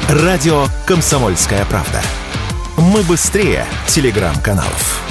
Радио «Комсомольская правда». Мы быстрее телеграм-каналов.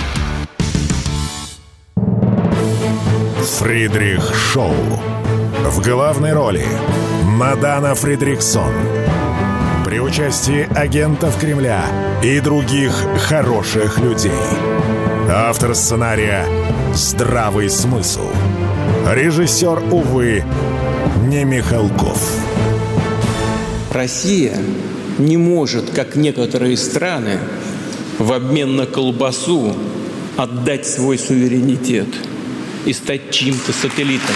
Фридрих Шоу. В главной роли Мадана Фридриксон. При участии агентов Кремля и других хороших людей. Автор сценария «Здравый смысл». Режиссер, увы, не Михалков. Россия не может, как некоторые страны, в обмен на колбасу отдать свой суверенитет и стать чьим-то сателлитом.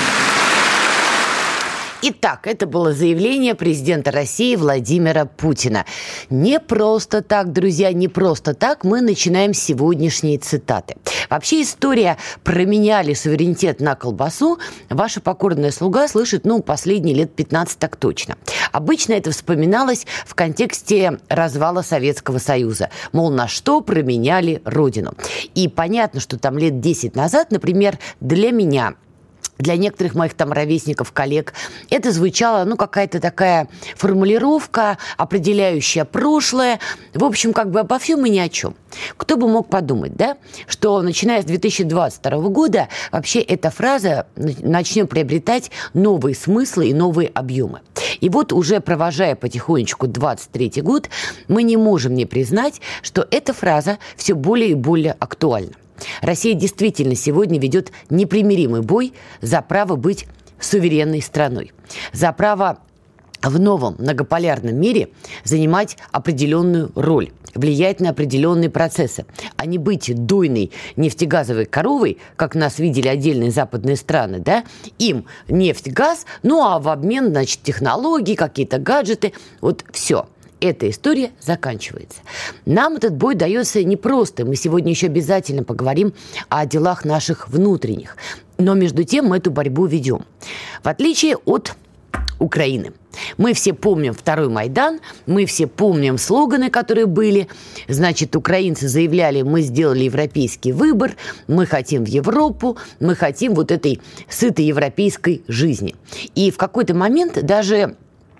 Итак, это было заявление президента России Владимира Путина. Не просто так, друзья, не просто так мы начинаем сегодняшние цитаты. Вообще история «променяли суверенитет на колбасу» ваша покорная слуга слышит, последние лет 15 так точно. Обычно это вспоминалось в контексте развала Советского Союза. Мол, на что променяли родину. И понятно, что там лет 10 назад, например, для меня, для некоторых моих ровесников, коллег, это звучало, какая-то такая формулировка, определяющая прошлое. В общем, обо всем и ни о чем. Кто бы мог подумать, да, что начиная с 2022 года вообще эта фраза начнет приобретать новые смыслы и новые объемы. И вот уже провожая потихонечку 23 год, мы не можем не признать, что эта фраза все более и более актуальна. Россия действительно сегодня ведет непримиримый бой за право быть суверенной страной, за право в новом многополярном мире занимать определенную роль, влиять на определенные процессы, а не быть дойной нефтегазовой коровой, как нас видели отдельные западные страны, да, им нефть, газ, а в обмен, технологии, какие-то гаджеты, вот все. Эта история заканчивается. Нам этот бой дается непросто. Мы сегодня еще обязательно поговорим о делах наших внутренних. Но между тем мы эту борьбу ведем. В отличие от Украины. Мы все помним второй Майдан, мы все помним слоганы, которые были. Значит, украинцы заявляли: мы сделали европейский выбор, мы хотим в Европу, мы хотим вот этой сытой европейской жизни. И в какой-то момент даже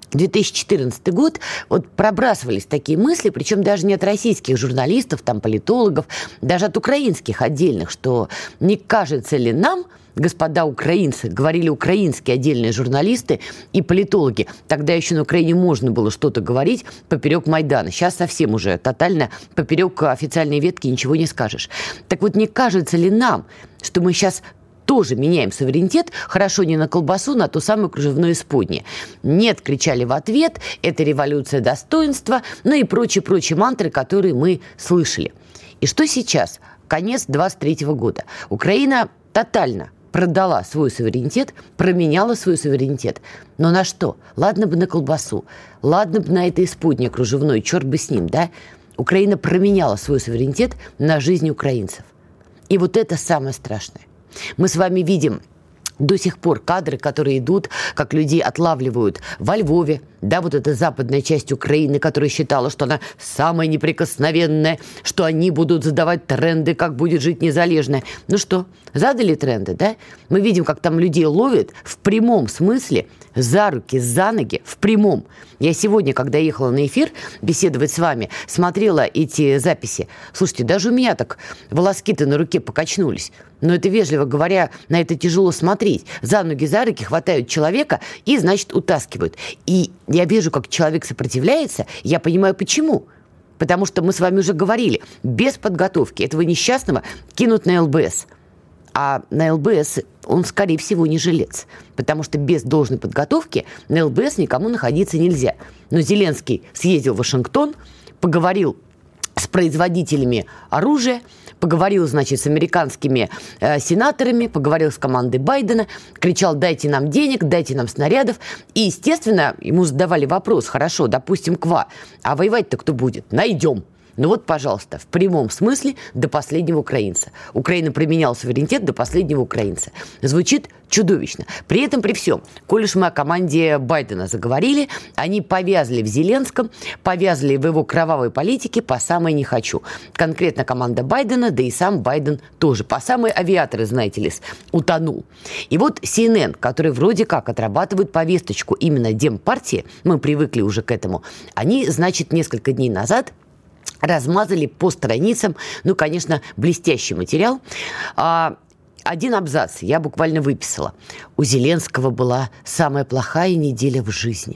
2014 год, пробрасывались такие мысли, причем даже не от российских журналистов, политологов, даже от украинских отдельных, что не кажется ли нам, господа украинцы, говорили украинские отдельные журналисты и политологи, тогда еще на Украине можно было что-то говорить поперек Майдана, сейчас совсем уже тотально поперек официальной ветки ничего не скажешь. Так вот, не кажется ли нам, что мы сейчас тоже меняем суверенитет, хорошо не на колбасу, на то самое кружевное исподнее? Нет, кричали в ответ, это революция достоинства, и прочие мантры, которые мы слышали. И что сейчас? Конец 23 года. Украина тотально продала свой суверенитет, променяла свой суверенитет. Но на что? Ладно бы на колбасу, ладно бы на это исподнее кружевное, черт бы с ним, да? Украина променяла свой суверенитет на жизнь украинцев. И вот это самое страшное. Мы с вами видим до сих пор кадры, которые идут, как людей отлавливают во Львове, да, вот эта западная часть Украины, которая считала, что она самая неприкосновенная, что они будут задавать тренды, как будет жить Незалежная. Ну что, задали тренды, да? Мы видим, как там людей ловят в прямом смысле за руки, за ноги, в прямом. Я сегодня, когда ехала на эфир беседовать с вами, смотрела эти записи. Слушайте, даже у меня так волоски-то на руке покачнулись. Но это, вежливо говоря, на это тяжело смотреть. За ноги, за руки хватают человека и, значит, утаскивают. И я вижу, как человек сопротивляется, я понимаю, почему. Потому что мы с вами уже говорили, без подготовки этого несчастного кинут на ЛБС. А на ЛБС он, скорее всего, не жилец. Потому что без должной подготовки на ЛБС никому находиться нельзя. Но Зеленский съездил в Вашингтон, поговорил с производителями оружия, поговорил, значит, с американскими сенаторами, поговорил с командой Байдена, кричал: дайте нам денег, дайте нам снарядов. И, естественно, ему задавали вопрос: хорошо, допустим, КВА, а воевать-то кто будет? Найдем. Ну вот, пожалуйста, в прямом смысле до последнего украинца. Украина применяла суверенитет до последнего украинца. Звучит чудовищно. При этом, при всем, коль уж мы о команде Байдена заговорили, они повязли в Зеленском, повязли в его кровавой политике по самое не хочу. Конкретно команда Байдена, да и сам Байден тоже. По самые авиаторы, знаете ли, утонул. И вот CNN, который вроде как отрабатывает повесточку именно Демпартии, мы привыкли уже к этому, они, значит, несколько дней назад размазали по страницам, ну, конечно, блестящий материал. Один абзац я буквально выписала. У Зеленского была самая плохая неделя в жизни.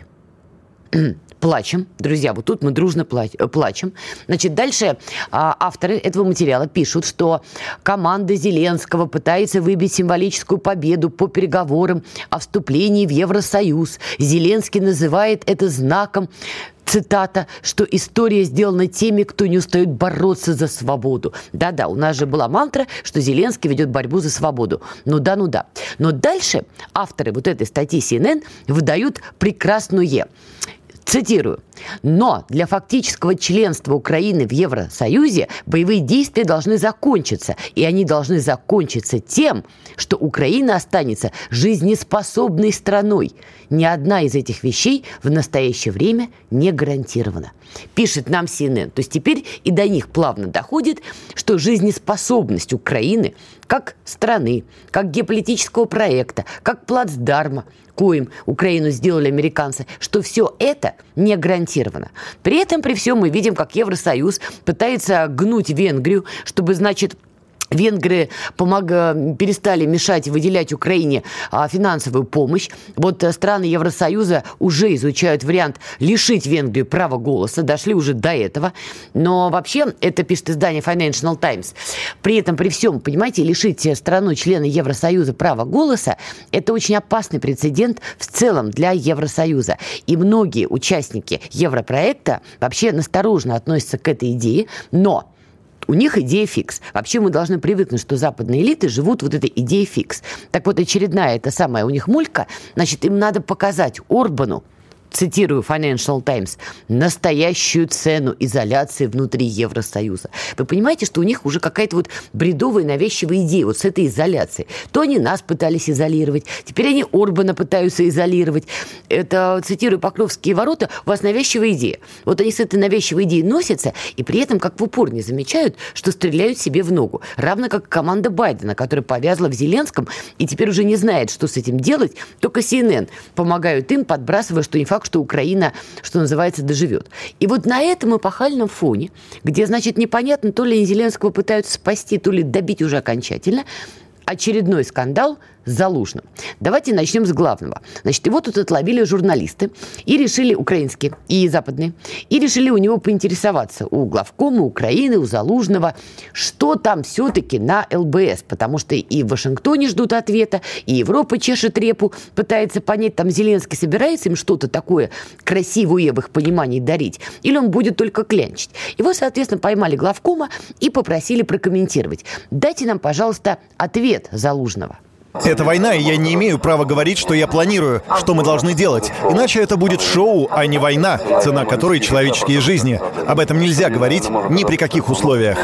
Плачем, друзья, вот тут мы дружно плачем. Значит, дальше авторы этого материала пишут, что команда Зеленского пытается выбить символическую победу по переговорам о вступлении в Евросоюз. Зеленский называет это знаком, цитата, что история сделана теми, кто не устает бороться за свободу. Да-да, у нас же была мантра, что Зеленский ведет борьбу за свободу. Ну да. Но дальше авторы вот этой статьи CNN выдают прекрасное. Цитирую. Но для фактического членства Украины в Евросоюзе боевые действия должны закончиться. И они должны закончиться тем, что Украина останется жизнеспособной страной. Ни одна из этих вещей в настоящее время не гарантирована. Пишет нам CNN. То есть теперь и до них плавно доходит, что жизнеспособность Украины как страны, как геополитического проекта, как плацдарма, коим Украину сделали американцы, что все это не гарантировано. При этом, при всем, мы видим, как Евросоюз пытается гнуть Венгрию, чтобы, значит, венгры перестали мешать и выделять Украине финансовую помощь. Вот страны Евросоюза уже изучают вариант лишить Венгрию права голоса. Дошли уже до этого. Но вообще, это пишет издание Financial Times, при этом, при всем, понимаете, лишить страну-члена Евросоюза права голоса – это очень опасный прецедент в целом для Евросоюза. И многие участники Европроекта вообще настороженно относятся к этой идее, но у них идея фикс. Вообще мы должны привыкнуть, что западные элиты живут вот этой идеей фикс. Так вот, очередная эта самая у них мулька, значит, им надо показать Орбану, цитирую Financial Times, настоящую цену изоляции внутри Евросоюза. Вы понимаете, что у них уже какая-то вот бредовая, навязчивая идея вот с этой изоляцией. То они нас пытались изолировать, теперь они Орбана пытаются изолировать. Это, цитирую Покровские ворота, у вас навязчивая идея. Вот они с этой навязчивой идеей носятся, и при этом как в упор не замечают, что стреляют себе в ногу. Равно как команда Байдена, которая повязла в Зеленском и теперь уже не знает, что с этим делать, только CNN помогают им, подбрасывая, что не факт, что Украина, что называется, доживет. И вот на этом эпохальном фоне, где, значит, непонятно, то ли Зеленского пытаются спасти, то ли добить уже окончательно, очередной скандал с Залужным. Давайте начнем с главного. Значит, его тут отловили журналисты и решили, украинские и западные, и решили у него поинтересоваться, у главкома Украины, у Залужного, что там все-таки на ЛБС, потому что и в Вашингтоне ждут ответа, и Европа чешет репу, пытается понять, там Зеленский собирается им что-то такое красивое в их понимании дарить, или он будет только клянчить. Его, соответственно, поймали главкома и попросили прокомментировать. Дайте нам, пожалуйста, ответ Залужного. Это война, и я не имею права говорить, что я планирую, что мы должны делать. Иначе это будет шоу, а не война, цена которой человеческие жизни. Об этом нельзя говорить ни при каких условиях.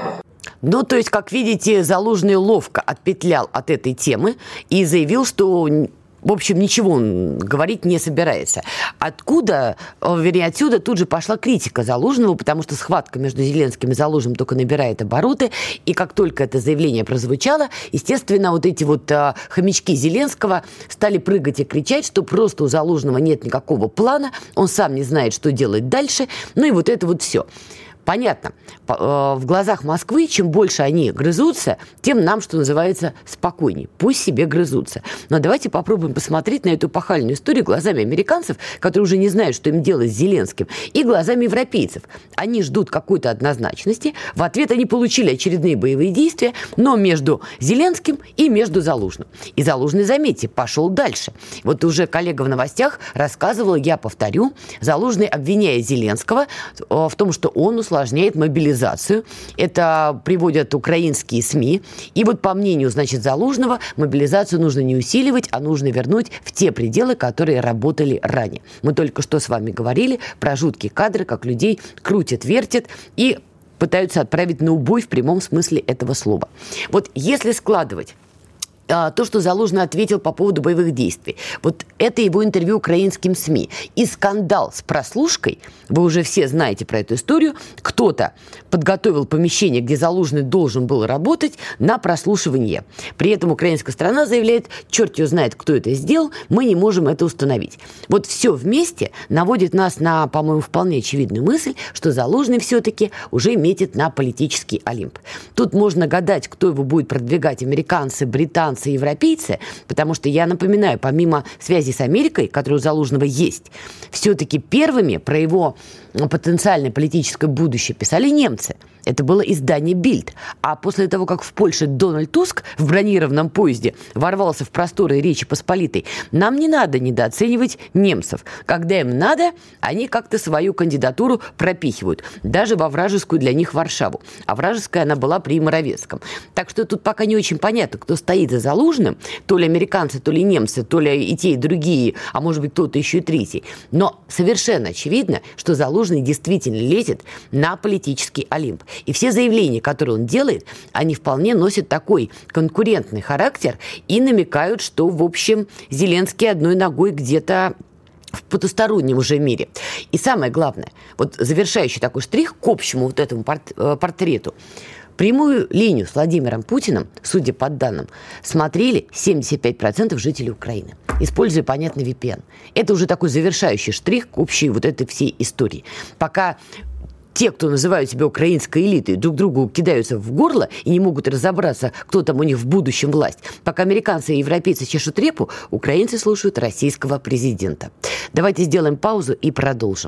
Ну, то есть, как видите, Залужный ловко отпетлял от этой темы и заявил, что, в общем, ничего он говорить не собирается. Отсюда тут же пошла критика Залужного, потому что схватка между Зеленским и Залужным только набирает обороты, и как только это заявление прозвучало, естественно, вот эти вот хомячки Зеленского стали прыгать и кричать, что просто у Залужного нет никакого плана, он сам не знает, что делать дальше, ну и вот это вот все. Понятно, в глазах Москвы, чем больше они грызутся, тем нам, что называется, спокойнее. Пусть себе грызутся. Но давайте попробуем посмотреть на эту эпохальную историю глазами американцев, которые уже не знают, что им делать с Зеленским, и глазами европейцев. Они ждут какой-то однозначности. В ответ они получили очередные боевые действия, но между Зеленским и между Залужным. И Залужный, заметьте, пошел дальше. Вот уже коллега в новостях рассказывал, я повторю, Залужный, обвиняя Зеленского в том, что он, условно усложняет мобилизацию. Это приводят украинские СМИ. И вот по мнению, значит, Залужного, мобилизацию нужно не усиливать, а нужно вернуть в те пределы, которые работали ранее. Мы только что с вами говорили про жуткие кадры, как людей крутят, вертят и пытаются отправить на убой в прямом смысле этого слова. Вот если складывать то, что Залужный ответил по поводу боевых действий. Вот это его интервью украинским СМИ. И скандал с прослушкой, вы уже все знаете про эту историю, кто-то подготовил помещение, где Залужный должен был работать, на прослушивание. При этом украинская сторона заявляет, черт его знает, кто это сделал, мы не можем это установить. Вот все вместе наводит нас на, по-моему, вполне очевидную мысль, что Залужный все-таки уже метит на политический Олимп. Тут можно гадать, кто его будет продвигать, американцы, британцы, европейцы, потому что, я напоминаю, помимо связи с Америкой, которая у Залужного есть, все-таки первыми про его потенциальное политическое будущее писали немцы. Это было издание «Бильд». А после того, как в Польше Дональд Туск в бронированном поезде ворвался в просторы Речи Посполитой, нам не надо недооценивать немцев. Когда им надо, они как-то свою кандидатуру пропихивают. Даже во вражескую для них Варшаву. А вражеская она была при Моровецком. Так что тут пока не очень понятно, кто стоит за Залужным. То ли американцы, то ли немцы, то ли и те, и другие, а может быть кто-то еще и третий. Но совершенно очевидно, что Залужный действительно лезет на политический Олимп. И все заявления, которые он делает, они вполне носят такой конкурентный характер и намекают, что, в общем, Зеленский одной ногой где-то в потустороннем уже мире. И самое главное, вот завершающий такой штрих к общему вот этому портрету. Прямую линию с Владимиром Путиным, судя по данным, смотрели 75% жителей Украины, используя, понятно, VPN. Это уже такой завершающий штрих к общей вот этой всей истории. Пока те, кто называют себя украинской элитой, друг другу кидаются в горло и не могут разобраться, кто там у них в будущем власть. Пока американцы и европейцы чешут репу, украинцы слушают российского президента. Давайте сделаем паузу и продолжим.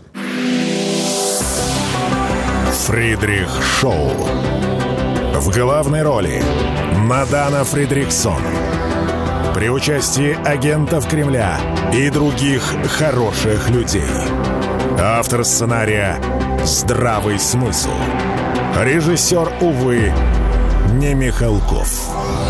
Фридрих Шоу. В главной роли Мадана Фридриксон. При участии агентов Кремля и других хороших людей. Автор сценария «Здравый смысл». Режиссер, увы, не Михалков.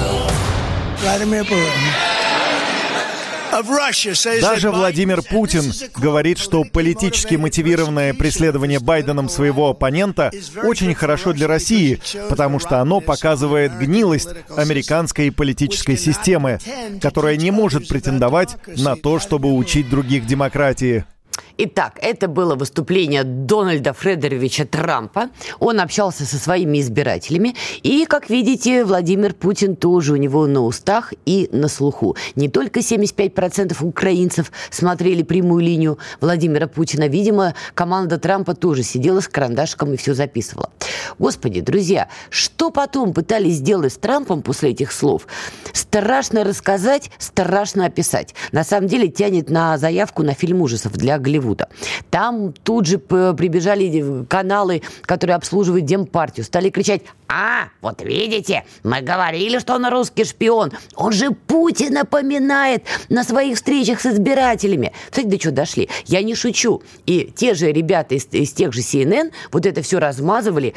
Даже Владимир Путин говорит, что политически мотивированное преследование Байденом своего оппонента очень хорошо для России, потому что оно показывает гнилость американской политической системы, которая не может претендовать на то, чтобы учить других демократии. Итак, это было выступление Дональда Фредеровича Трампа. Он общался со своими избирателями. И, как видите, Владимир Путин тоже у него на устах и на слуху. Не только 75% украинцев смотрели прямую линию Владимира Путина. Видимо, команда Трампа тоже сидела с карандашком и все записывала. Господи, друзья, что потом пытались сделать с Трампом после этих слов? Страшно рассказать, страшно описать. На самом деле тянет на заявку на фильм ужасов для Голливуда. Там тут же прибежали каналы, которые обслуживают Демпартию, стали кричать: вот видите, мы говорили, что он русский шпион. Он же Путина поминает на своих встречах с избирателями. Кстати, до чего дошли? Я не шучу. И те же ребята из тех же CNN вот это все размазывали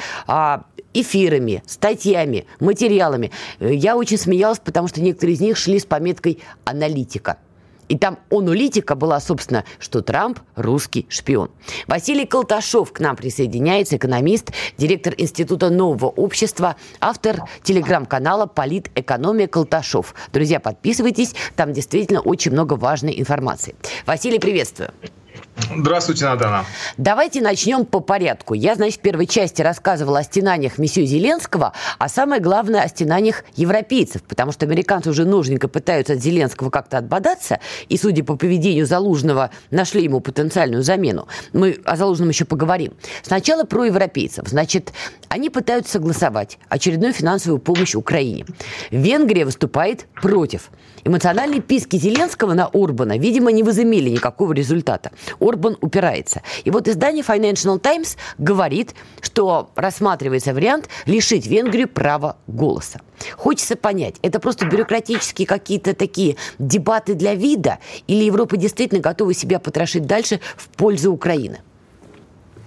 эфирами, статьями, материалами. Я очень смеялась, потому что некоторые из них шли с пометкой «аналитика». И там аналитика была, собственно, что Трамп – русский шпион. Василий Колташов к нам присоединяется, экономист, директор Института нового общества, автор телеграм-канала «Политэкономия Колташов». Друзья, подписывайтесь, там действительно очень много важной информации. Василий, приветствую. Здравствуйте, Надана. Давайте начнем по порядку. Я, значит, в первой части рассказывала о стенаниях месье Зеленского, а самое главное о стенаниях европейцев, потому что американцы уже нужненько пытаются от Зеленского как-то отбодаться, и, судя по поведению Залужного, нашли ему потенциальную замену. Мы о Залужном еще поговорим. Сначала про европейцев. Значит, они пытаются согласовать очередную финансовую помощь Украине. Венгрия выступает против. Эмоциональные писки Зеленского на Орбана, видимо, не возымели никакого результата. Орбан упирается. И вот издание Financial Times говорит, что рассматривается вариант лишить Венгрию права голоса. Хочется понять, это просто бюрократические какие-то такие дебаты для вида, или Европа действительно готова себя потрошить дальше в пользу Украины?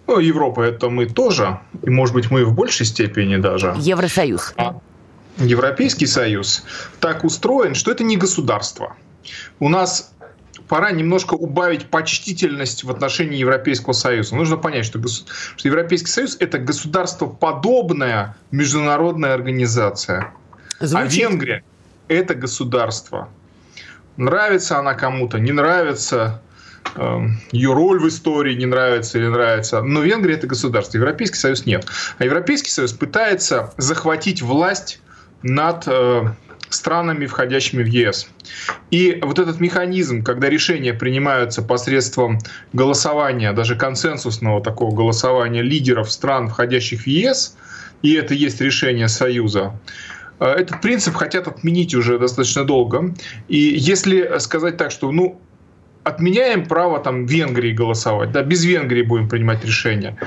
Ну, Европа — это мы тоже, и, может быть, мы в большей степени даже. Евросоюз. Европейский Союз так устроен, что это не государство. У нас пора немножко убавить почтительность в отношении Европейского Союза. Нужно понять, что Европейский Союз — это государствоподобная международная организация. Звучит. А Венгрия — это государство. Нравится она кому-то, не нравится, ее роль в истории не нравится или нравится. Но Венгрия — это государство, Европейский Союз нет. А Европейский Союз пытается захватить власть над странами, входящими в ЕС. И вот этот механизм, когда решения принимаются посредством голосования, даже консенсусного такого голосования лидеров стран, входящих в ЕС, и это есть решение Союза, этот принцип хотят отменить уже достаточно долго. И если сказать так, что отменяем право там Венгрии голосовать, да, без Венгрии будем принимать решения,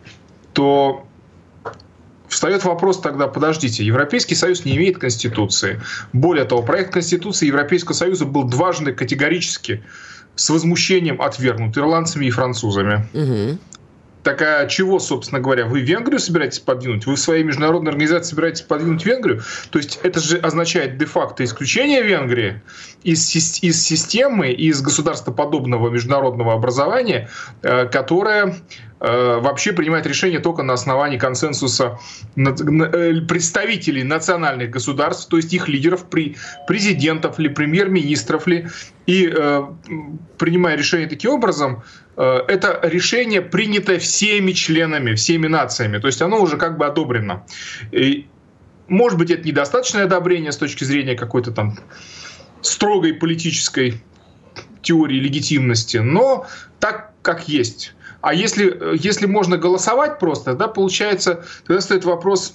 то встает вопрос тогда: подождите, Европейский Союз не имеет Конституции. Более того, проект Конституции Европейского Союза был дважды категорически с возмущением отвергнут ирландцами и французами. Угу. Так а чего, собственно говоря, вы Венгрию собираетесь подвинуть? Вы в своей международной организации собираетесь подвинуть Венгрию? То есть это же означает де-факто исключение Венгрии из системы, из государствоподобного международного образования, которое вообще принимает решения только на основании консенсуса представителей национальных государств, то есть их лидеров, президентов или премьер-министров ли. И принимая решение таким образом, это решение принято всеми членами, всеми нациями. То есть оно уже как бы одобрено. И, может быть, это недостаточное одобрение с точки зрения какой-то там строгой политической теории легитимности, но так, как есть. А если можно голосовать просто, да, получается, тогда стоит вопрос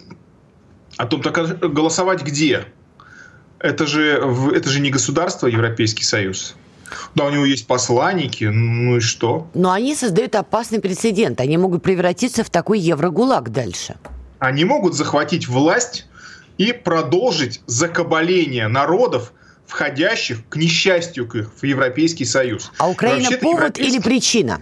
о том, так голосовать где? Это же не государство, Европейский Союз. Да, у него есть посланники, ну и что? Но они создают опасный прецедент. Они могут превратиться в такой еврогулаг дальше. Они могут захватить власть и продолжить закабаление народов, входящих, к несчастью, в Европейский Союз. А Украина повод или причина?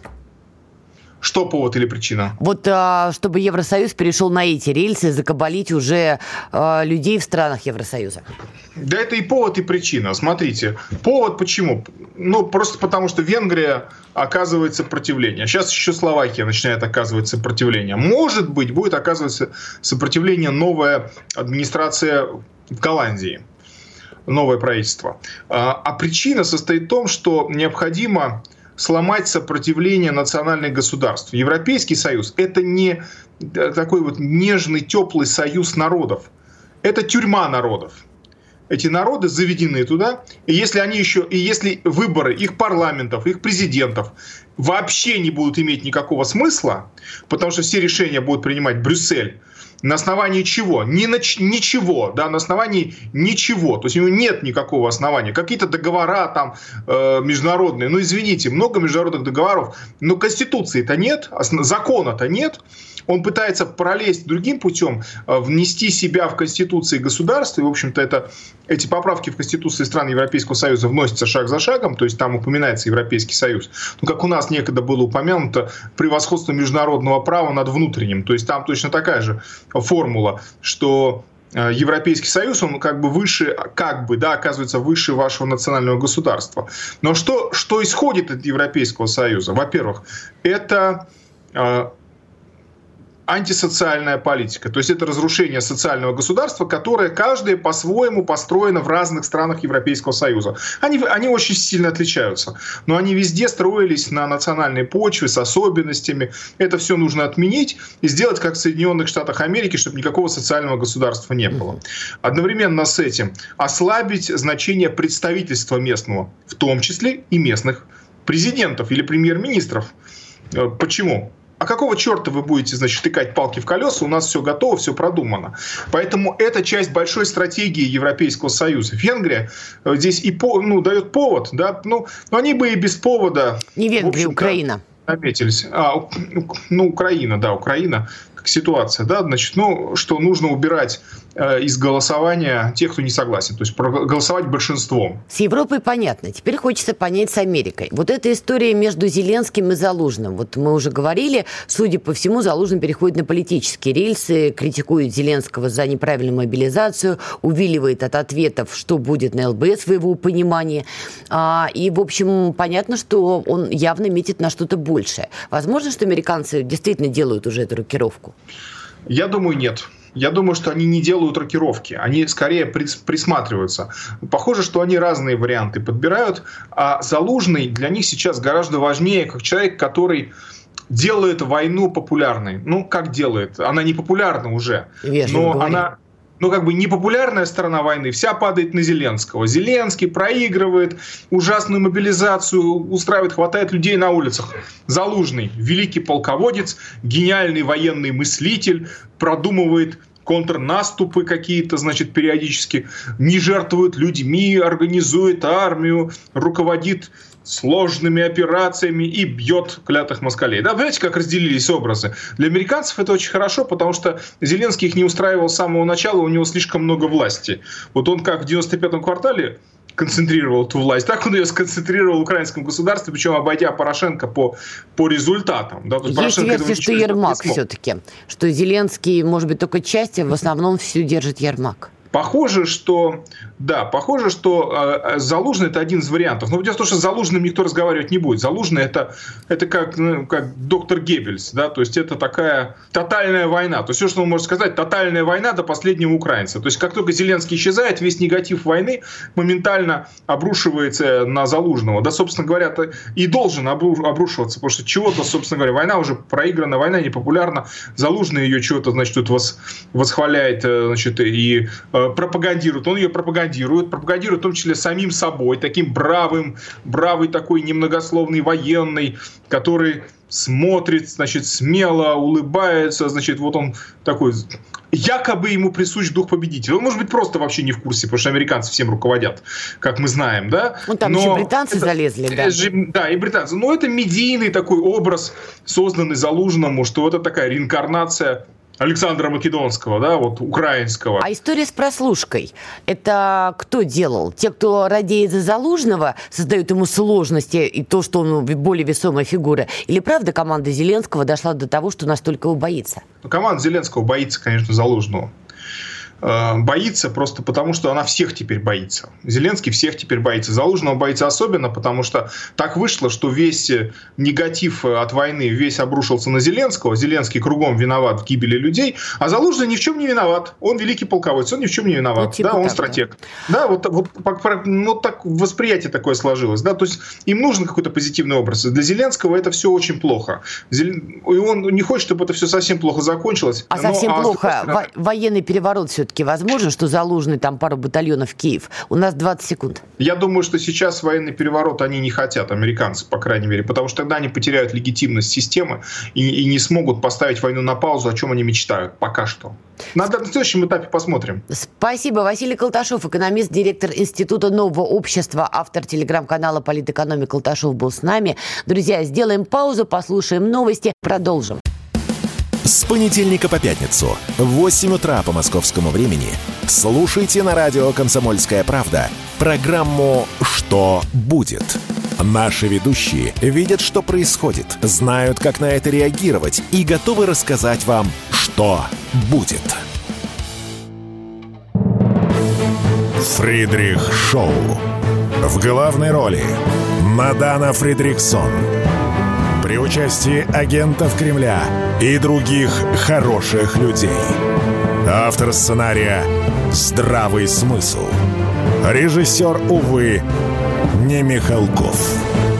Что повод или причина? Вот чтобы Евросоюз перешел на эти рельсы, закабалить уже людей в странах Евросоюза. Да это и повод, и причина. Смотрите, повод почему? Просто потому, что Венгрия оказывает сопротивление. Сейчас еще Словакия начинает оказывать сопротивление. Может быть, будет оказывать сопротивление новая администрация в Голландии. Новое правительство. А причина состоит в том, что необходимо сломать сопротивление национальных государств. Европейский Союз — это не такой вот нежный, теплый союз народов. Это тюрьма народов. Эти народы заведены туда, и если выборы их парламентов, их президентов вообще не будут иметь никакого смысла, потому что все решения будут принимать Брюссель, на основании чего? Ничего, да, на основании ничего. То есть у него нет никакого основания. Какие-то договора там международные. Извините, много международных договоров, но Конституции-то нет, закона-то нет. Он пытается пролезть другим путем, внести себя в Конституции государства. И, в общем-то, эти поправки в Конституции стран Европейского Союза вносятся шаг за шагом. То есть там упоминается Европейский Союз. Как у нас некогда было упомянуто, превосходство международного права над внутренним. То есть там точно такая же формула, что Европейский Союз, он выше, оказывается выше вашего национального государства. Но что исходит от Европейского Союза? Во-первых, это антисоциальная политика. То есть это разрушение социального государства, которое каждое по-своему построено в разных странах Европейского Союза. Они очень сильно отличаются. Но они везде строились на национальной почве, с особенностями. Это все нужно отменить и сделать, как в Соединенных Штатах Америки, чтобы никакого социального государства не было. Одновременно с этим ослабить значение представительства местного, в том числе и местных президентов или премьер-министров. Почему? А какого черта вы будете, тыкать палки в колеса? У нас все готово, все продумано. Поэтому это часть большой стратегии Европейского Союза. Венгрия здесь дает повод, да, но они бы и без повода... Не Венгрия, Украина. Наметились. Украина, да, Украина. ситуация, да, значит, что нужно убирать из голосования тех, кто не согласен, то есть проголосовать большинством. С Европой понятно. Теперь хочется понять с Америкой. Вот эта история между Зеленским и Залужным. Вот мы уже говорили, судя по всему, Залужный переходит на политические рельсы, критикует Зеленского за неправильную мобилизацию, увиливает от ответов, что будет на ЛБС в его понимании. И, в общем, понятно, что он явно метит на что-то большее. Возможно, что американцы действительно делают уже эту рокировку? Я думаю, нет. Я думаю, что они не делают рокировки, они скорее присматриваются. Похоже, что они разные варианты подбирают, а Залужный для них сейчас гораздо важнее, как человек, который делает войну популярной. Как делает? Она не популярна уже, но она... непопулярная сторона войны вся падает на Зеленского. Зеленский проигрывает, ужасную мобилизацию устраивает, хватает людей на улицах. Залужный, великий полководец, гениальный военный мыслитель, продумывает контрнаступы какие-то, периодически, не жертвует людьми, организует армию, руководит сложными операциями и бьет клятых москалей. Да, понимаете, как разделились образы? Для американцев это очень хорошо, потому что Зеленский их не устраивал с самого начала, у него слишком много власти. Вот он как в 95-м квартале концентрировал эту власть, так он ее сконцентрировал в украинском государстве, причем обойдя Порошенко по результатам. Да? Есть версия, что Ермак все-таки, что Зеленский, может быть, только часть, а в основном всю держит Ермак. Похоже, что Залужный – это один из вариантов. Но дело в том, что с Залужным никто разговаривать не будет. Залужный – это как доктор Геббельс. Да? То есть это такая тотальная война. То есть все, что он может сказать, тотальная война до последнего украинца. То есть как только Зеленский исчезает, весь негатив войны моментально обрушивается на Залужного. Да, собственно говоря, и должен обрушиваться. Потому что чего-то, собственно говоря, война уже проиграна, война непопулярна. Залужный ее чего-то, тут восхваляет, и пропагандирует. Он ее пропагандирует в том числе самим собой, таким бравый такой немногословный военный, который смотрит, смело улыбается, вот он такой, якобы ему присущ дух победителя. Он, может быть, просто вообще не в курсе, потому что американцы всем руководят, как мы знаем, да. Там еще британцы залезли, да. Да, и британцы. Но это медийный такой образ, созданный Залужному, что это такая реинкарнация Александра Македонского, да, украинского. А история с прослушкой, это кто делал? Те, кто радеет за Залужного, создают ему сложности и то, что он более весомая фигура? Или правда команда Зеленского дошла до того, что настолько его боится? Команда Зеленского боится, конечно, Залужного. Боится просто потому, что она всех теперь боится. Зеленский всех теперь боится. Залужного боится особенно, потому что так вышло, что весь негатив от войны весь обрушился на Зеленского. Зеленский кругом виноват в гибели людей, а Залужный ни в чем не виноват. Он великий полководец, он ни в чем не виноват. Он так, стратег. Да, так восприятие такое сложилось. Да? То есть им нужен какой-то позитивный образ. Для Зеленского это все очень плохо. И он не хочет, чтобы это все совсем плохо закончилось. Совсем плохо. Военный переворот все-таки возможно, что Залужный пару батальонов в Киев? У нас 20 секунд. Я думаю, что сейчас военный переворот они не хотят, американцы, по крайней мере, потому что тогда они потеряют легитимность системы и не смогут поставить войну на паузу, о чем они мечтают пока что. На следующем этапе посмотрим. Спасибо. Василий Колташов, экономист, директор Института нового общества, автор телеграм-канала «Политэкономия» Колташов был с нами. Друзья, сделаем паузу, послушаем новости, продолжим. С понедельника по пятницу в 8 утра по московскому времени слушайте на радио «Комсомольская правда» программу «Что будет?». Наши ведущие видят, что происходит, знают, как на это реагировать и готовы рассказать вам, что будет. Фридрих Шоу. В главной роли Мадана Фридриксон. При участии агентов Кремля и других хороших людей. Автор сценария «Здравый смысл». Режиссер, увы, не Михалков.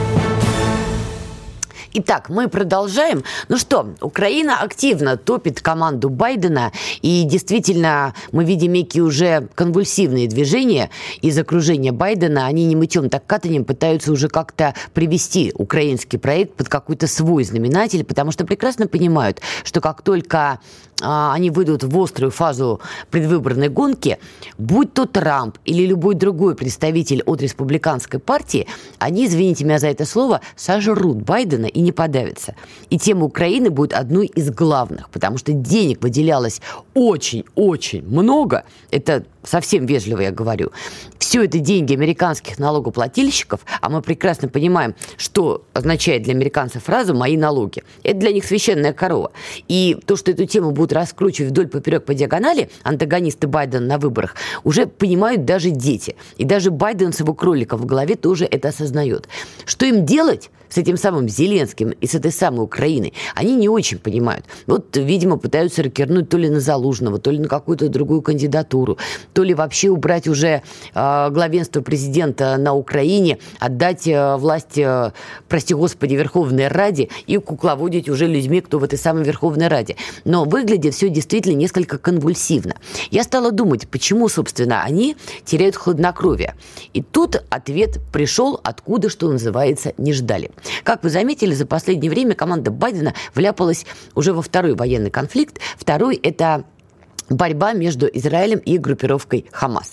Итак, мы продолжаем. Ну что, Украина активно топит команду Байдена, и действительно мы видим некие уже конвульсивные движения из окружения Байдена. Они не мытьем, так катанем пытаются уже как-то привести украинский проект под какой-то свой знаменатель, потому что прекрасно понимают, что как только они выйдут в острую фазу предвыборной гонки, будь то Трамп или любой другой представитель от республиканской партии, они, извините меня за это слово, сожрут Байдена и не подавятся. И тема Украины будет одной из главных, потому что денег выделялось очень-очень много. Это совсем вежливо я говорю. Все это деньги американских налогоплательщиков, а мы прекрасно понимаем, что означает для американцев фраза «мои налоги». Это для них священная корова. И то, что эту тему будут раскручивать вдоль, поперек, по диагонали антагонисты Байдена на выборах, уже понимают даже дети. И даже Байден с его кроликом в голове тоже это осознает. Что им делать с этим самым Зеленским и с этой самой Украиной, они не очень понимают. Вот, видимо, пытаются ракернуть то ли на Залужного, то ли на какую-то другую кандидатуру, то ли вообще убрать уже главенство президента на Украине, отдать власть, прости господи, Верховной Раде и кукловодить уже людьми, кто в этой самой Верховной Раде. Но выглядит все действительно несколько конвульсивно. Я стала думать, почему, собственно, они теряют хладнокровие. И тут ответ пришел, откуда, что называется, не ждали. Как вы заметили, за последнее время команда Байдена вляпалась уже во второй военный конфликт. Второй – это борьба между Израилем и группировкой Хамас.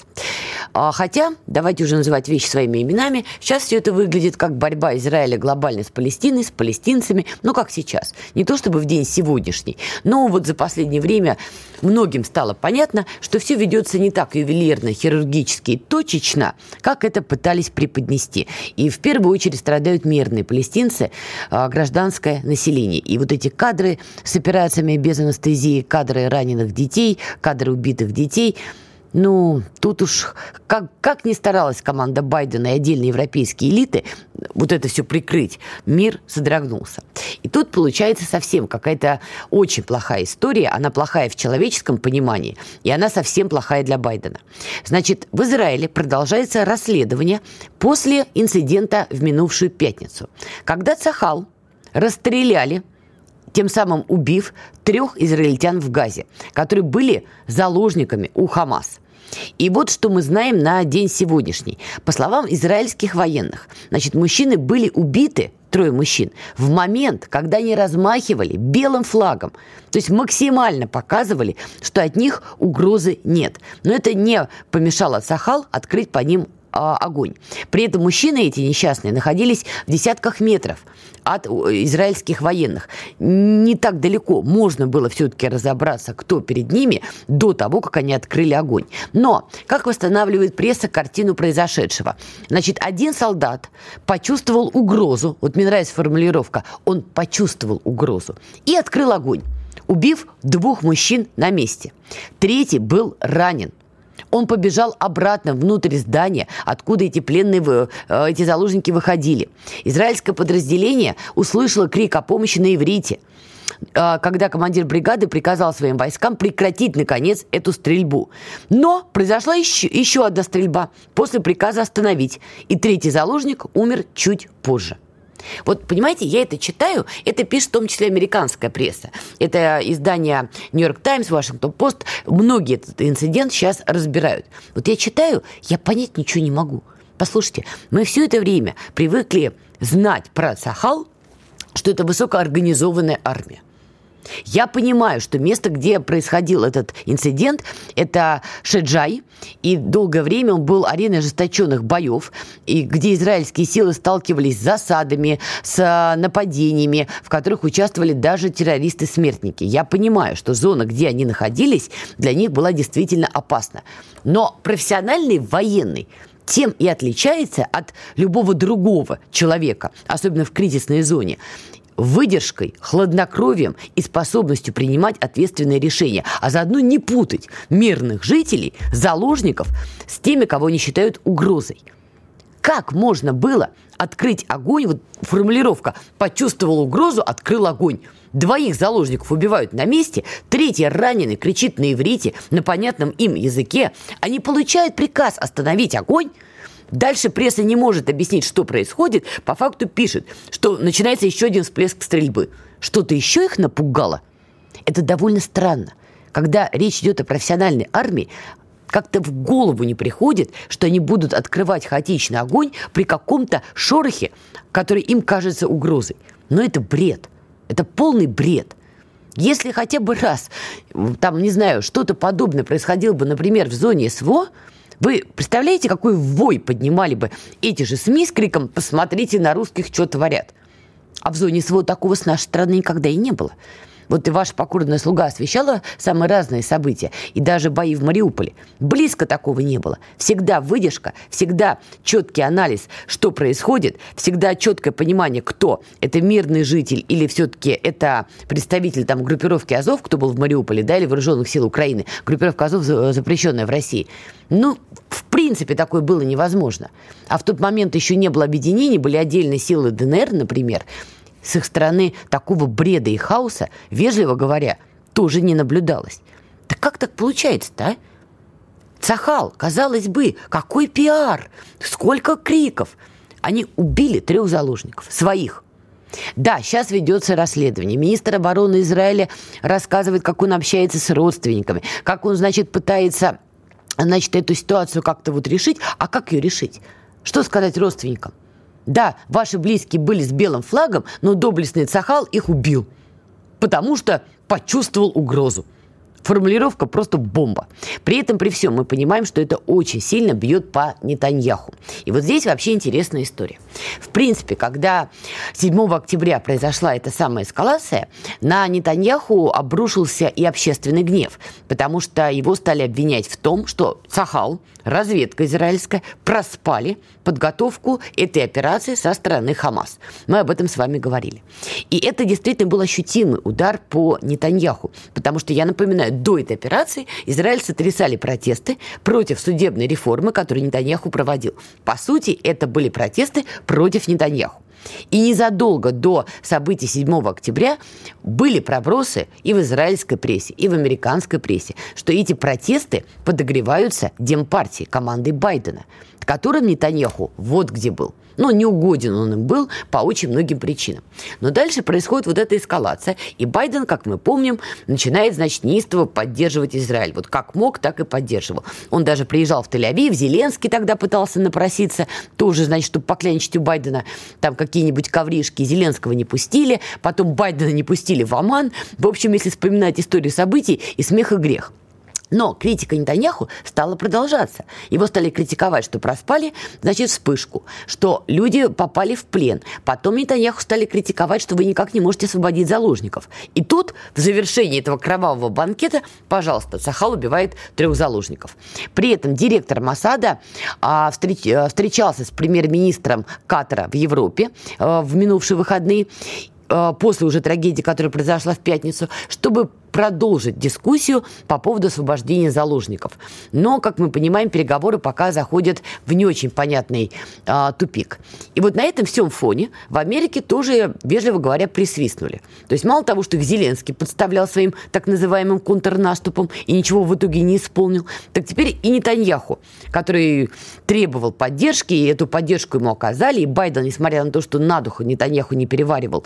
Хотя, давайте уже называть вещи своими именами, сейчас все это выглядит как борьба Израиля глобально с Палестиной, с палестинцами, ну как сейчас. Не то чтобы в день сегодняшний, но вот за последнее время многим стало понятно, что все ведется не так ювелирно, хирургически и точечно, как это пытались преподнести. И в первую очередь страдают мирные палестинцы, гражданское население. И вот эти кадры с операциями без анестезии, кадры раненых детей, кадры убитых детей – ну, тут уж как ни старалась команда Байдена и отдельные европейские элиты вот это все прикрыть, мир содрогнулся. И тут получается совсем какая-то очень плохая история. Она плохая в человеческом понимании, и она совсем плохая для Байдена. Значит, в Израиле продолжается расследование после инцидента в минувшую пятницу, когда Цахал расстреляли, тем самым убив 3 израильтян в Газе, которые были заложниками у Хамас. И вот что мы знаем на день сегодняшний. По словам израильских военных, значит, мужчины были убиты, 3 мужчин, в момент, когда они размахивали белым флагом. То есть максимально показывали, что от них угрозы нет. Но это не помешало Цахал открыть по ним огонь. При этом мужчины эти несчастные находились в десятках метров от израильских военных. Не так далеко можно было все-таки разобраться, кто перед ними, до того, как они открыли огонь. Но как восстанавливает пресса картину произошедшего? Значит, один солдат почувствовал угрозу, вот мне нравится формулировка, он почувствовал угрозу и открыл огонь, убив 2 мужчин на месте. 3 был ранен. Он побежал обратно внутрь здания, откуда эти пленные, эти заложники выходили. Израильское подразделение услышало крик о помощи на иврите, когда командир бригады приказал своим войскам прекратить, наконец, эту стрельбу. Но произошла еще одна стрельба после приказа остановить, и 3 заложник умер чуть позже. Вот, понимаете, я это читаю, это пишет в том числе американская пресса. Это издание «Нью-Йорк Таймс», «Вашингтон Пост». Многие этот инцидент сейчас разбирают. Вот я читаю, я понять ничего не могу. Послушайте, мы все это время привыкли знать про Цахал, что это высокоорганизованная армия. Я понимаю, что место, где происходил этот инцидент, это Шеджай, и долгое время он был ареной ожесточенных боев, и где израильские силы сталкивались с засадами, с нападениями, в которых участвовали даже террористы-смертники. Я понимаю, что зона, где они находились, для них была действительно опасна. Но профессиональный военный тем и отличается от любого другого человека, особенно в кризисной зоне, выдержкой, хладнокровием и способностью принимать ответственные решения, а заодно не путать мирных жителей, заложников с теми, кого они считают угрозой. Как можно было открыть огонь? Вот формулировка «почувствовал угрозу, открыл огонь». 2 заложников убивают на месте, 3 раненый кричит на иврите, на понятном им языке. Они получают приказ остановить огонь. Дальше пресса не может объяснить, что происходит. По факту пишет, что начинается еще один всплеск стрельбы. Что-то еще их напугало? Это довольно странно. Когда речь идет о профессиональной армии, как-то в голову не приходит, что они будут открывать хаотичный огонь при каком-то шорохе, который им кажется угрозой. Но это бред. Это полный бред. Если хотя бы раз, там, не знаю, что-то подобное происходило бы, например, в зоне СВО, вы представляете, какой вой поднимали бы эти же СМИ с криком «Посмотрите на русских, что творят». А в зоне СВО такого с нашей стороны никогда и не было. Вот и ваша покорная слуга освещала самые разные события, и даже бои в Мариуполе. Близко такого не было. Всегда выдержка, всегда четкий анализ, что происходит, всегда четкое понимание, кто это мирный житель или все-таки это представитель там группировки Азов, кто был в Мариуполе, да, или вооруженных сил Украины. Группировка Азов запрещенная в России. Ну, в принципе, такое было невозможно. А в тот момент еще не было объединений, были отдельные силы ДНР, например. С их стороны такого бреда и хаоса, вежливо говоря, тоже не наблюдалось. Да как так получается-то, а? Цахал, казалось бы, какой пиар, сколько криков. Они убили 3 заложников, своих. Да, сейчас ведется расследование. Министр обороны Израиля рассказывает, как он общается с родственниками, как он, пытается, эту ситуацию как-то решить. А как ее решить? Что сказать родственникам? Да, ваши близкие были с белым флагом, но доблестный Цахал их убил, потому что почувствовал угрозу. Формулировка просто бомба. При этом, при всем, мы понимаем, что это очень сильно бьет по Нетаньяху. И вот здесь вообще интересная история. В принципе, когда 7 октября произошла эта самая эскалация, на Нетаньяху обрушился и общественный гнев, потому что его стали обвинять в том, что Цахал, разведка израильская, проспали подготовку этой операции со стороны Хамас. Мы об этом с вами говорили. И это действительно был ощутимый удар по Нетаньяху, потому что, я напоминаю, до этой операции Израиль сотрясали протесты против судебной реформы, которую Нетаньяху проводил. По сути, это были протесты против Нетаньяху. И незадолго до событий 7 октября были пробросы и в израильской прессе, и в американской прессе, что эти протесты подогреваются Демпартией, командой Байдена, которым Нетаньяху вот где был. Но неугоден он им был по очень многим причинам. Но дальше происходит вот эта эскалация, и Байден, как мы помним, начинает, неистово поддерживать Израиль. Вот как мог, так и поддерживал. Он даже приезжал в Тель-Авив, Зеленский тогда пытался напроситься, тоже, чтобы поклянчить у Байдена там какие-нибудь ковришки. Зеленского не пустили, потом Байдена не пустили в Оман. В общем, если вспоминать историю событий, и смех, и грех. Но критика Нетаньяху стала продолжаться. Его стали критиковать, что проспали, вспышку, что люди попали в плен. Потом Нетаньяху стали критиковать, что вы никак не можете освободить заложников. И тут, в завершении этого кровавого банкета, пожалуйста, Цахал убивает 3 заложников. При этом директор Моссада встречался с премьер-министром Катара в Европе в минувшие выходные, после уже трагедии, которая произошла в пятницу, чтобы продолжить дискуссию по поводу освобождения заложников. Но, как мы понимаем, переговоры пока заходят в не очень понятный тупик. И вот на этом всем фоне в Америке тоже, вежливо говоря, присвистнули. То есть мало того, что их Зеленский подставлял своим так называемым контрнаступом и ничего в итоге не исполнил, так теперь и Нетаньяху, который требовал поддержки, и эту поддержку ему оказали, и Байден, несмотря на то, что на дух Нетаньяху не переваривал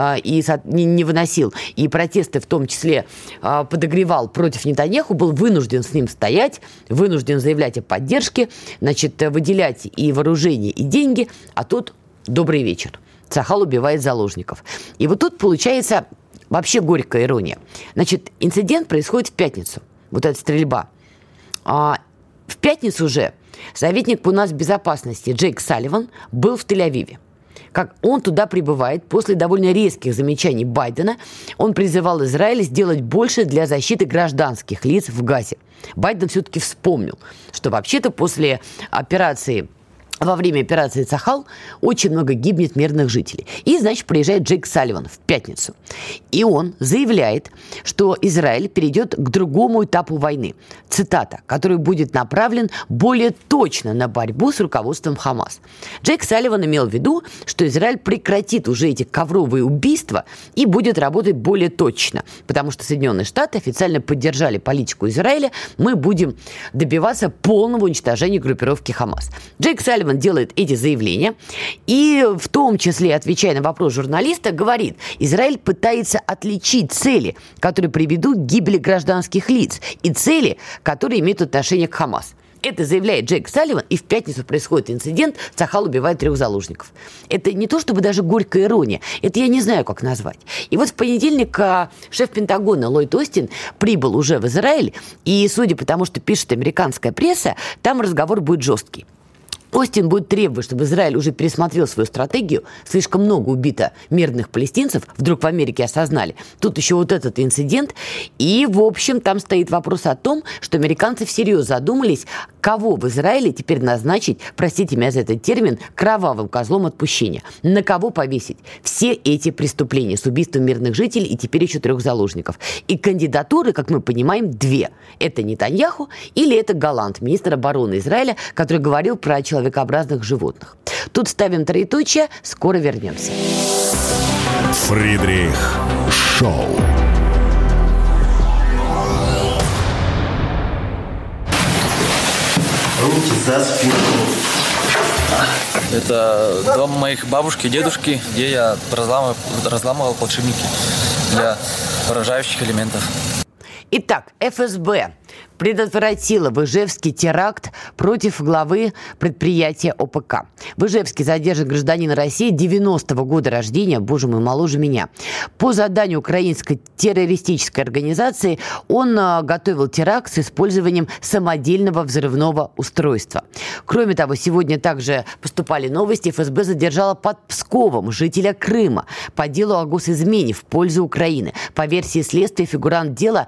и не выносил, и протесты в том числе подогревал против Нетаньяху, был вынужден с ним стоять, вынужден заявлять о поддержке, выделять и вооружение, и деньги, а тут добрый вечер. Цахал убивает заложников. И вот тут получается вообще горькая ирония. Инцидент происходит в пятницу, вот эта стрельба. В пятницу уже советник по нацбезопасности Джейк Салливан был в Тель-Авиве. Как он туда прибывает после довольно резких замечаний Байдена, он призывал Израиль сделать больше для защиты гражданских лиц в Газе. Байден все-таки вспомнил, что вообще-то после операции, во время операции «Цахал» очень много гибнет мирных жителей. И, приезжает Джейк Салливан в пятницу. И он заявляет, что Израиль перейдет к другому этапу войны. Цитата, который будет направлен более точно на борьбу с руководством Хамас. Джейк Салливан имел в виду, что Израиль прекратит уже эти ковровые убийства и будет работать более точно. Потому что Соединенные Штаты официально поддержали политику Израиля. Мы будем добиваться полного уничтожения группировки Хамас. Джейк Салливан делает эти заявления и в том числе, отвечая на вопрос журналиста, говорит, Израиль пытается отличить цели, которые приведут к гибели гражданских лиц, и цели, которые имеют отношение к Хамас. Это заявляет Джейк Салливан, и в пятницу происходит инцидент, Цахал убивает 3 заложников. Это не то чтобы даже горькая ирония, это я не знаю, как назвать. И вот в понедельник шеф Пентагона Ллойд Остин прибыл уже в Израиль, и судя по тому, что пишет американская пресса, там разговор будет жесткий. Остин будет требовать, чтобы Израиль уже пересмотрел свою стратегию. Слишком много убито мирных палестинцев. Вдруг в Америке осознали. Тут еще вот этот инцидент. И, в общем, там стоит вопрос о том, что американцы всерьез задумались, кого в Израиле теперь назначить, простите меня за этот термин, кровавым козлом отпущения. На кого повесить все эти преступления с убийством мирных жителей и теперь еще 3 заложников. И кандидатуры, как мы понимаем, 2. Это Нетаньяху или это Галант, министр обороны Израиля, который говорил про человекообразных животных. Тут ставим троеточие, скоро вернемся. Фридрих Шоу. Руки за спину. Это дом моих бабушки и дедушки, где я разламывал подшипники для поражающих элементов. Итак, ФСБ предотвратила в Ижевске теракт против главы предприятия ОПК. В Ижевске задержан гражданин России 90-го года рождения, боже мой, моложе меня. По заданию украинской террористической организации он готовил теракт с использованием самодельного взрывного устройства. Кроме того, сегодня также поступали новости. ФСБ задержала под Псковом жителя Крыма по делу о госизмене в пользу Украины. По версии следствия, фигурант дела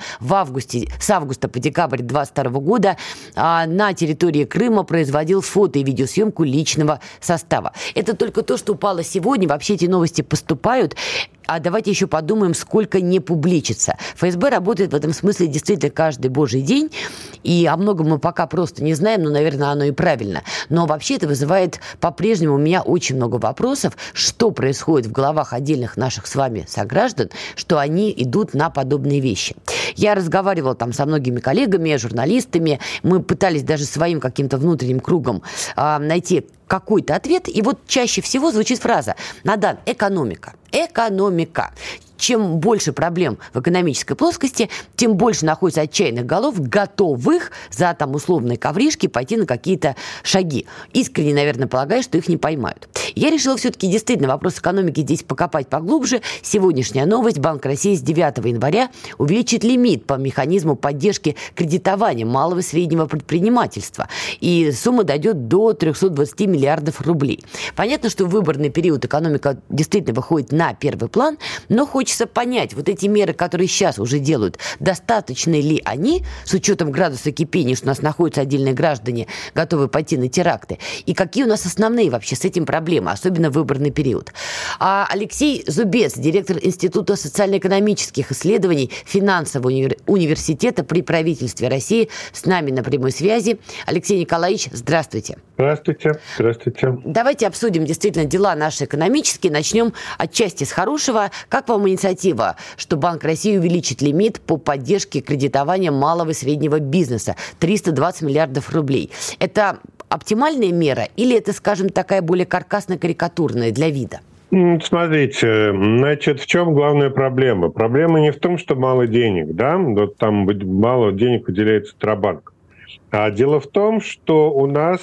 с августа по декабрь 2022 года на территории Крыма производил фото- и видеосъемку личного состава. Это только то, что упало сегодня. Вообще эти новости поступают. А давайте еще подумаем, сколько не публичится. ФСБ работает в этом смысле действительно каждый божий день. И о многом мы пока просто не знаем, но, наверное, оно и правильно. Но вообще это вызывает по-прежнему у меня очень много вопросов, что происходит в головах отдельных наших с вами сограждан, что они идут на подобные вещи. Я разговаривала там со многими коллегами, журналистами. Мы пытались даже своим каким-то внутренним кругом найти какой-то ответ. И вот чаще всего звучит фраза: Надан, экономика. Экономика. Чем больше проблем в экономической плоскости, тем больше находится отчаянных голов, готовых за там условные ковришки пойти на какие-то шаги. Искренне, наверное, полагаю, что их не поймают. Я решила все-таки действительно вопрос экономики здесь покопать поглубже. Сегодняшняя новость. Банк России с 9 января увеличит лимит по механизму поддержки кредитования малого и среднего предпринимательства. И сумма дойдет до 320 миллиардов рублей. Понятно, что в выборный период экономика действительно выходит на первый план, но хочется понять, вот эти меры, которые сейчас уже делают, достаточны ли они, с учетом градуса кипения, что у нас находятся отдельные граждане, готовые пойти на теракты, и какие у нас основные вообще с этим проблемы, особенно в выборный период. Алексей Зубец, директор Института социально-экономических исследований Финансового университета при правительстве России, с нами на прямой связи. Алексей Николаевич, здравствуйте. Здравствуйте. Здравствуйте. Давайте обсудим действительно дела наши экономические. Начнем отчасти с хорошего. Как вам инициатива, что Банк России увеличит лимит по поддержке кредитования малого и среднего бизнеса? 320 миллиардов рублей. Это оптимальная мера или это, скажем, такая более каркасно-карикатурная для вида? Смотрите, значит, в чем главная проблема? Проблема не в том, что мало денег, да, вот там мало денег выделяется Центробанк. А дело в том, что у нас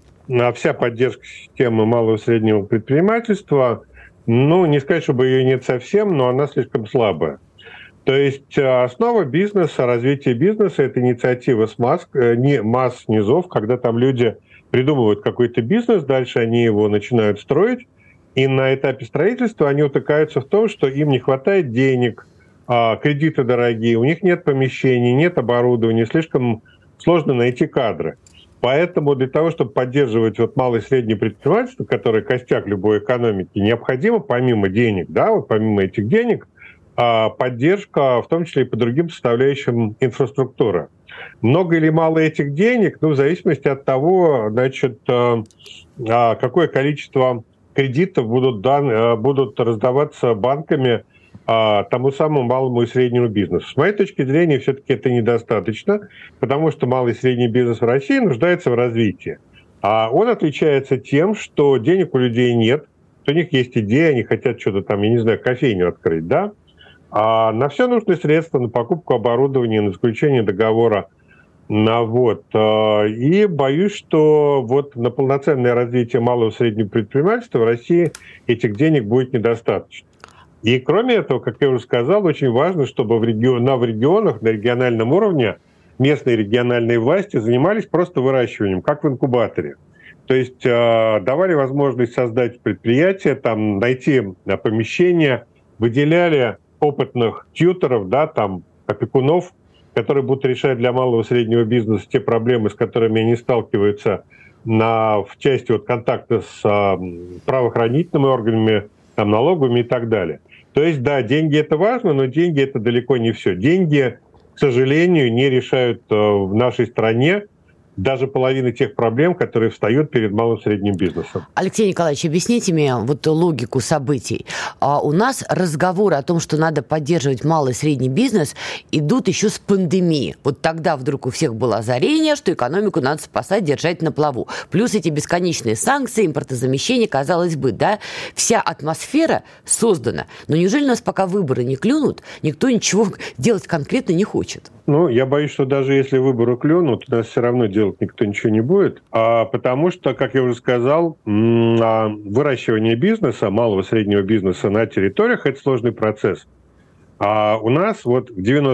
вся поддержка системы малого и среднего предпринимательства, не сказать, чтобы ее нет совсем, но она слишком слабая. То есть основа бизнеса, развитие бизнеса – это инициатива масс низов, когда там люди придумывают какой-то бизнес, дальше они его начинают строить, и на этапе строительства они утыкаются в том, что им не хватает денег, кредиты дорогие, у них нет помещений, нет оборудования, слишком сложно найти кадры. Поэтому для того, чтобы поддерживать малое и среднее предпринимательство, которое костяк любой экономики, необходимо помимо денег, помимо этих денег, поддержка, в том числе и по другим составляющим инфраструктуры. Много или мало этих денег, в зависимости от того, какое количество кредитов будут раздаваться банками тому самому малому и среднему бизнесу. С моей точки зрения, все-таки это недостаточно, потому что малый и средний бизнес в России нуждается в развитии. А он отличается тем, что денег у людей нет, у них есть идеи, они хотят что-то там, кофейню открыть, А на все нужны средства, на покупку оборудования, на заключение договора И боюсь, что вот на полноценное развитие малого и среднего предпринимательства в России этих денег будет недостаточно. И кроме этого, как я уже сказал, очень важно, чтобы в регионах, на региональном уровне местные региональные власти занимались просто выращиванием, как в инкубаторе. То есть давали возможность создать предприятие, там, найти помещение, выделяли опытных тьюторов, опекунов, которые будут решать для малого и среднего бизнеса те проблемы, с которыми они сталкиваются в части контакта с правоохранительными органами, налоговыми и так далее. То есть, да, деньги – это важно, но деньги – это далеко не все. Деньги, к сожалению, не решают в нашей стране даже половины тех проблем, которые встают перед малым и средним бизнесом. Алексей Николаевич, объясните мне логику событий. У нас разговоры о том, что надо поддерживать малый и средний бизнес, идут еще с пандемии. Вот тогда вдруг у всех было озарение, что экономику надо спасать, держать на плаву. Плюс эти бесконечные санкции, импортозамещение, казалось бы, да, вся атмосфера создана. Но неужели у нас пока выборы не клюнут, никто ничего делать конкретно не хочет? Я боюсь, что даже если выборы клюнут, у нас все равно делать никто ничего не будет, потому что, как я уже сказал, выращивание бизнеса, малого и среднего бизнеса на территориях – это сложный процесс. А у нас в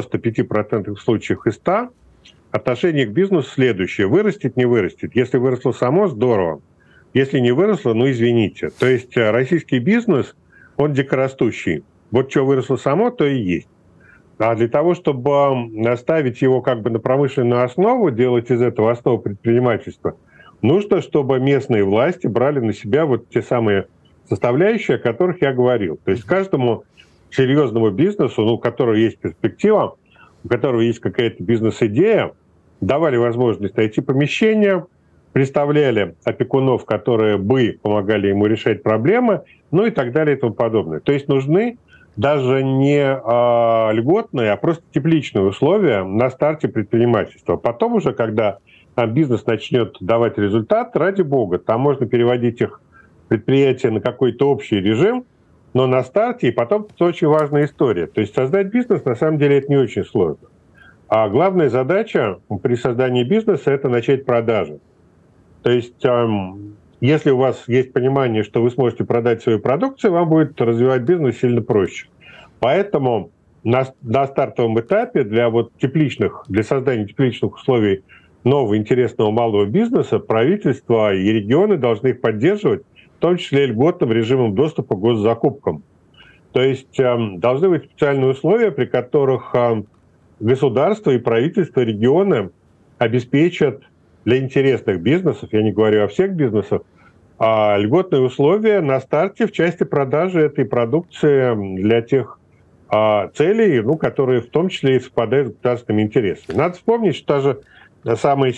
95% случаев из 100 отношение к бизнесу следующее. Вырастет, не вырастет. Если выросло само, здорово. Если не выросло, извините. То есть российский бизнес, он дикорастущий. Вот что выросло само, то и есть. А для того, чтобы ставить его на промышленную основу, делать из этого основу предпринимательства, нужно, чтобы местные власти брали на себя те самые составляющие, о которых я говорил. То есть каждому серьезному бизнесу, у которого есть перспектива, у которого есть какая-то бизнес-идея, давали возможность найти помещение, представляли опекунов, которые бы помогали ему решать проблемы, и так далее и тому подобное. То есть нужны даже не льготные, а просто тепличные условия на старте предпринимательства. Потом уже, когда бизнес начнет давать результат, ради бога, там можно переводить их предприятия на какой-то общий режим, но на старте, и потом это очень важная история. То есть создать бизнес, на самом деле, это не очень сложно. А главная задача при создании бизнеса – это начать продажи. То есть если у вас есть понимание, что вы сможете продать свою продукцию, вам будет развивать бизнес сильно проще. Поэтому на стартовом этапе для создания тепличных условий нового интересного малого бизнеса правительство и регионы должны их поддерживать, в том числе льготным режимом доступа к госзакупкам. То есть должны быть специальные условия, при которых государство и правительство, регионы обеспечат для интересных бизнесов, я не говорю о всех бизнесах, льготные условия на старте в части продажи этой продукции для тех целей, которые в том числе и совпадают с государственными интересами. Надо вспомнить, что даже самая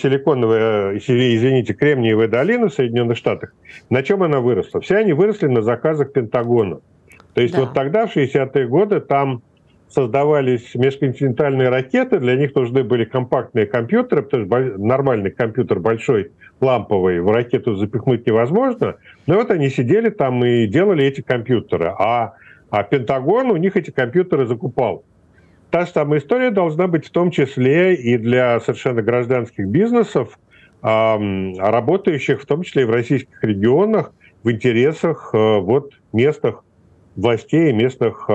Кремниевая долина в Соединенных Штатах, на чем она выросла? Все они выросли на заказах Пентагона. То есть тогда, в 60-е годы, там создавались межконтинентальные ракеты, для них нужны были компактные компьютеры, потому что нормальный компьютер большой, ламповый, в ракету запихнуть невозможно. Но они сидели там и делали эти компьютеры. А Пентагон у них эти компьютеры закупал. Та же самая история должна быть в том числе и для совершенно гражданских бизнесов, работающих в том числе и в российских регионах, в интересах местных властей, местных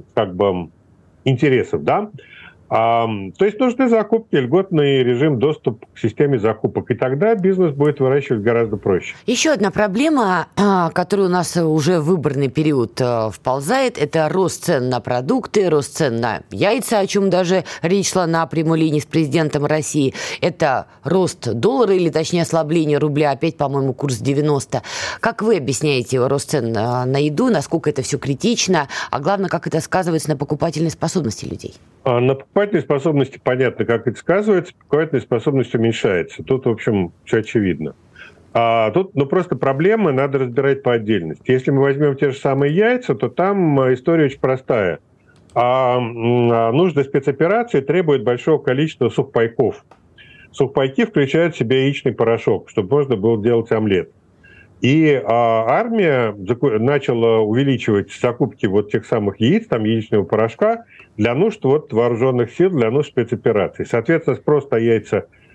интересов, да? То есть нужны закупки, льготный режим, доступ к системе закупок. И тогда бизнес будет выращивать гораздо проще. Еще одна проблема, которая у нас уже в выборный период вползает, это рост цен на продукты, рост цен на яйца, о чем даже речь шла на прямой линии с президентом России. Это рост доллара, или точнее ослабление рубля, опять, по-моему, курс 90. Как вы объясняете рост цен на еду, насколько это все критично, а главное, как это сказывается на покупательной способности людей? На покупательной способности понятно, как это сказывается, покупательная способность уменьшается. Тут, в общем, все очевидно. Тут просто проблемы надо разбирать по отдельности. Если мы возьмем те же самые яйца, то там история очень простая. Нужда спецоперации требует большого количества сухпайков. Сухпайки включают в себя яичный порошок, чтобы можно было делать омлет. И армия начала увеличивать закупки тех самых яиц, яичного порошка, для нужд вооруженных сил, для нужд спецопераций. Соответственно, спрос на яйца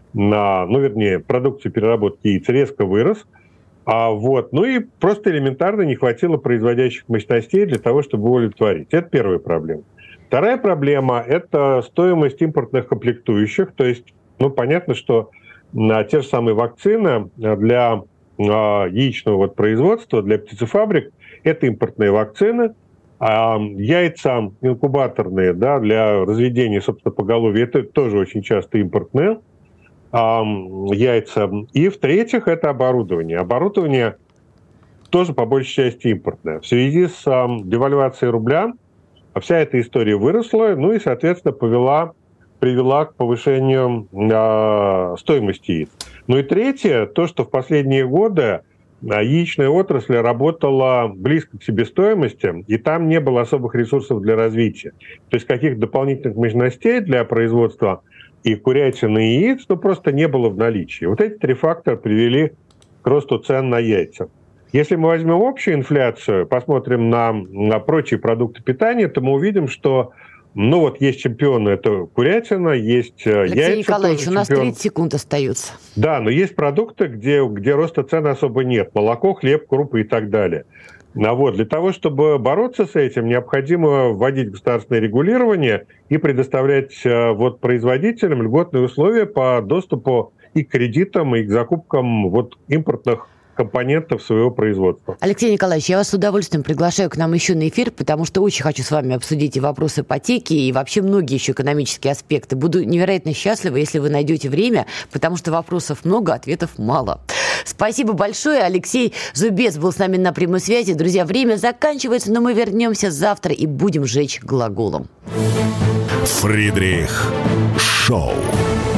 продукции переработки яиц резко вырос. Ну и просто элементарно не хватило производящих мощностей для того, чтобы удовлетворить. Это первая проблема. Вторая проблема – это стоимость импортных комплектующих. То есть, понятно, что те же самые вакцины для яичного производства, для птицефабрик – это импортные вакцины. Яйца инкубаторные, для разведения, собственно, поголовья – это тоже очень часто импортные яйца. И в-третьих, это оборудование. Оборудование тоже по большей части импортное. В связи с девальвацией рубля вся эта история выросла, и, соответственно, привела к повышению стоимости яиц. И третье, то, что в последние годы яичная отрасль работала близко к себестоимости, и там не было особых ресурсов для развития. То есть каких-то дополнительных мощностей для производства и курятины, и яиц, просто не было в наличии. Вот эти три фактора привели к росту цен на яйца. Если мы возьмем общую инфляцию, посмотрим на прочие продукты питания, то мы увидим, что есть чемпионы, это курятина, есть Алексей яйца. Алексей Николаевич, у нас 30 секунд остается. Да, но есть продукты, где роста цен особо нет. Молоко, хлеб, крупы и так далее. Для того, чтобы бороться с этим, необходимо вводить государственное регулирование и предоставлять производителям льготные условия по доступу и к кредитам, и к закупкам импортных компонентов своего производства. Алексей Николаевич, я вас с удовольствием приглашаю к нам еще на эфир, потому что очень хочу с вами обсудить и вопрос ипотеки, и вообще многие еще экономические аспекты. Буду невероятно счастлива, если вы найдете время, потому что вопросов много, ответов мало. Спасибо большое. Алексей Зубец был с нами на прямой связи. Друзья, время заканчивается, но мы вернемся завтра и будем жечь глаголом. Фридрих Шоу.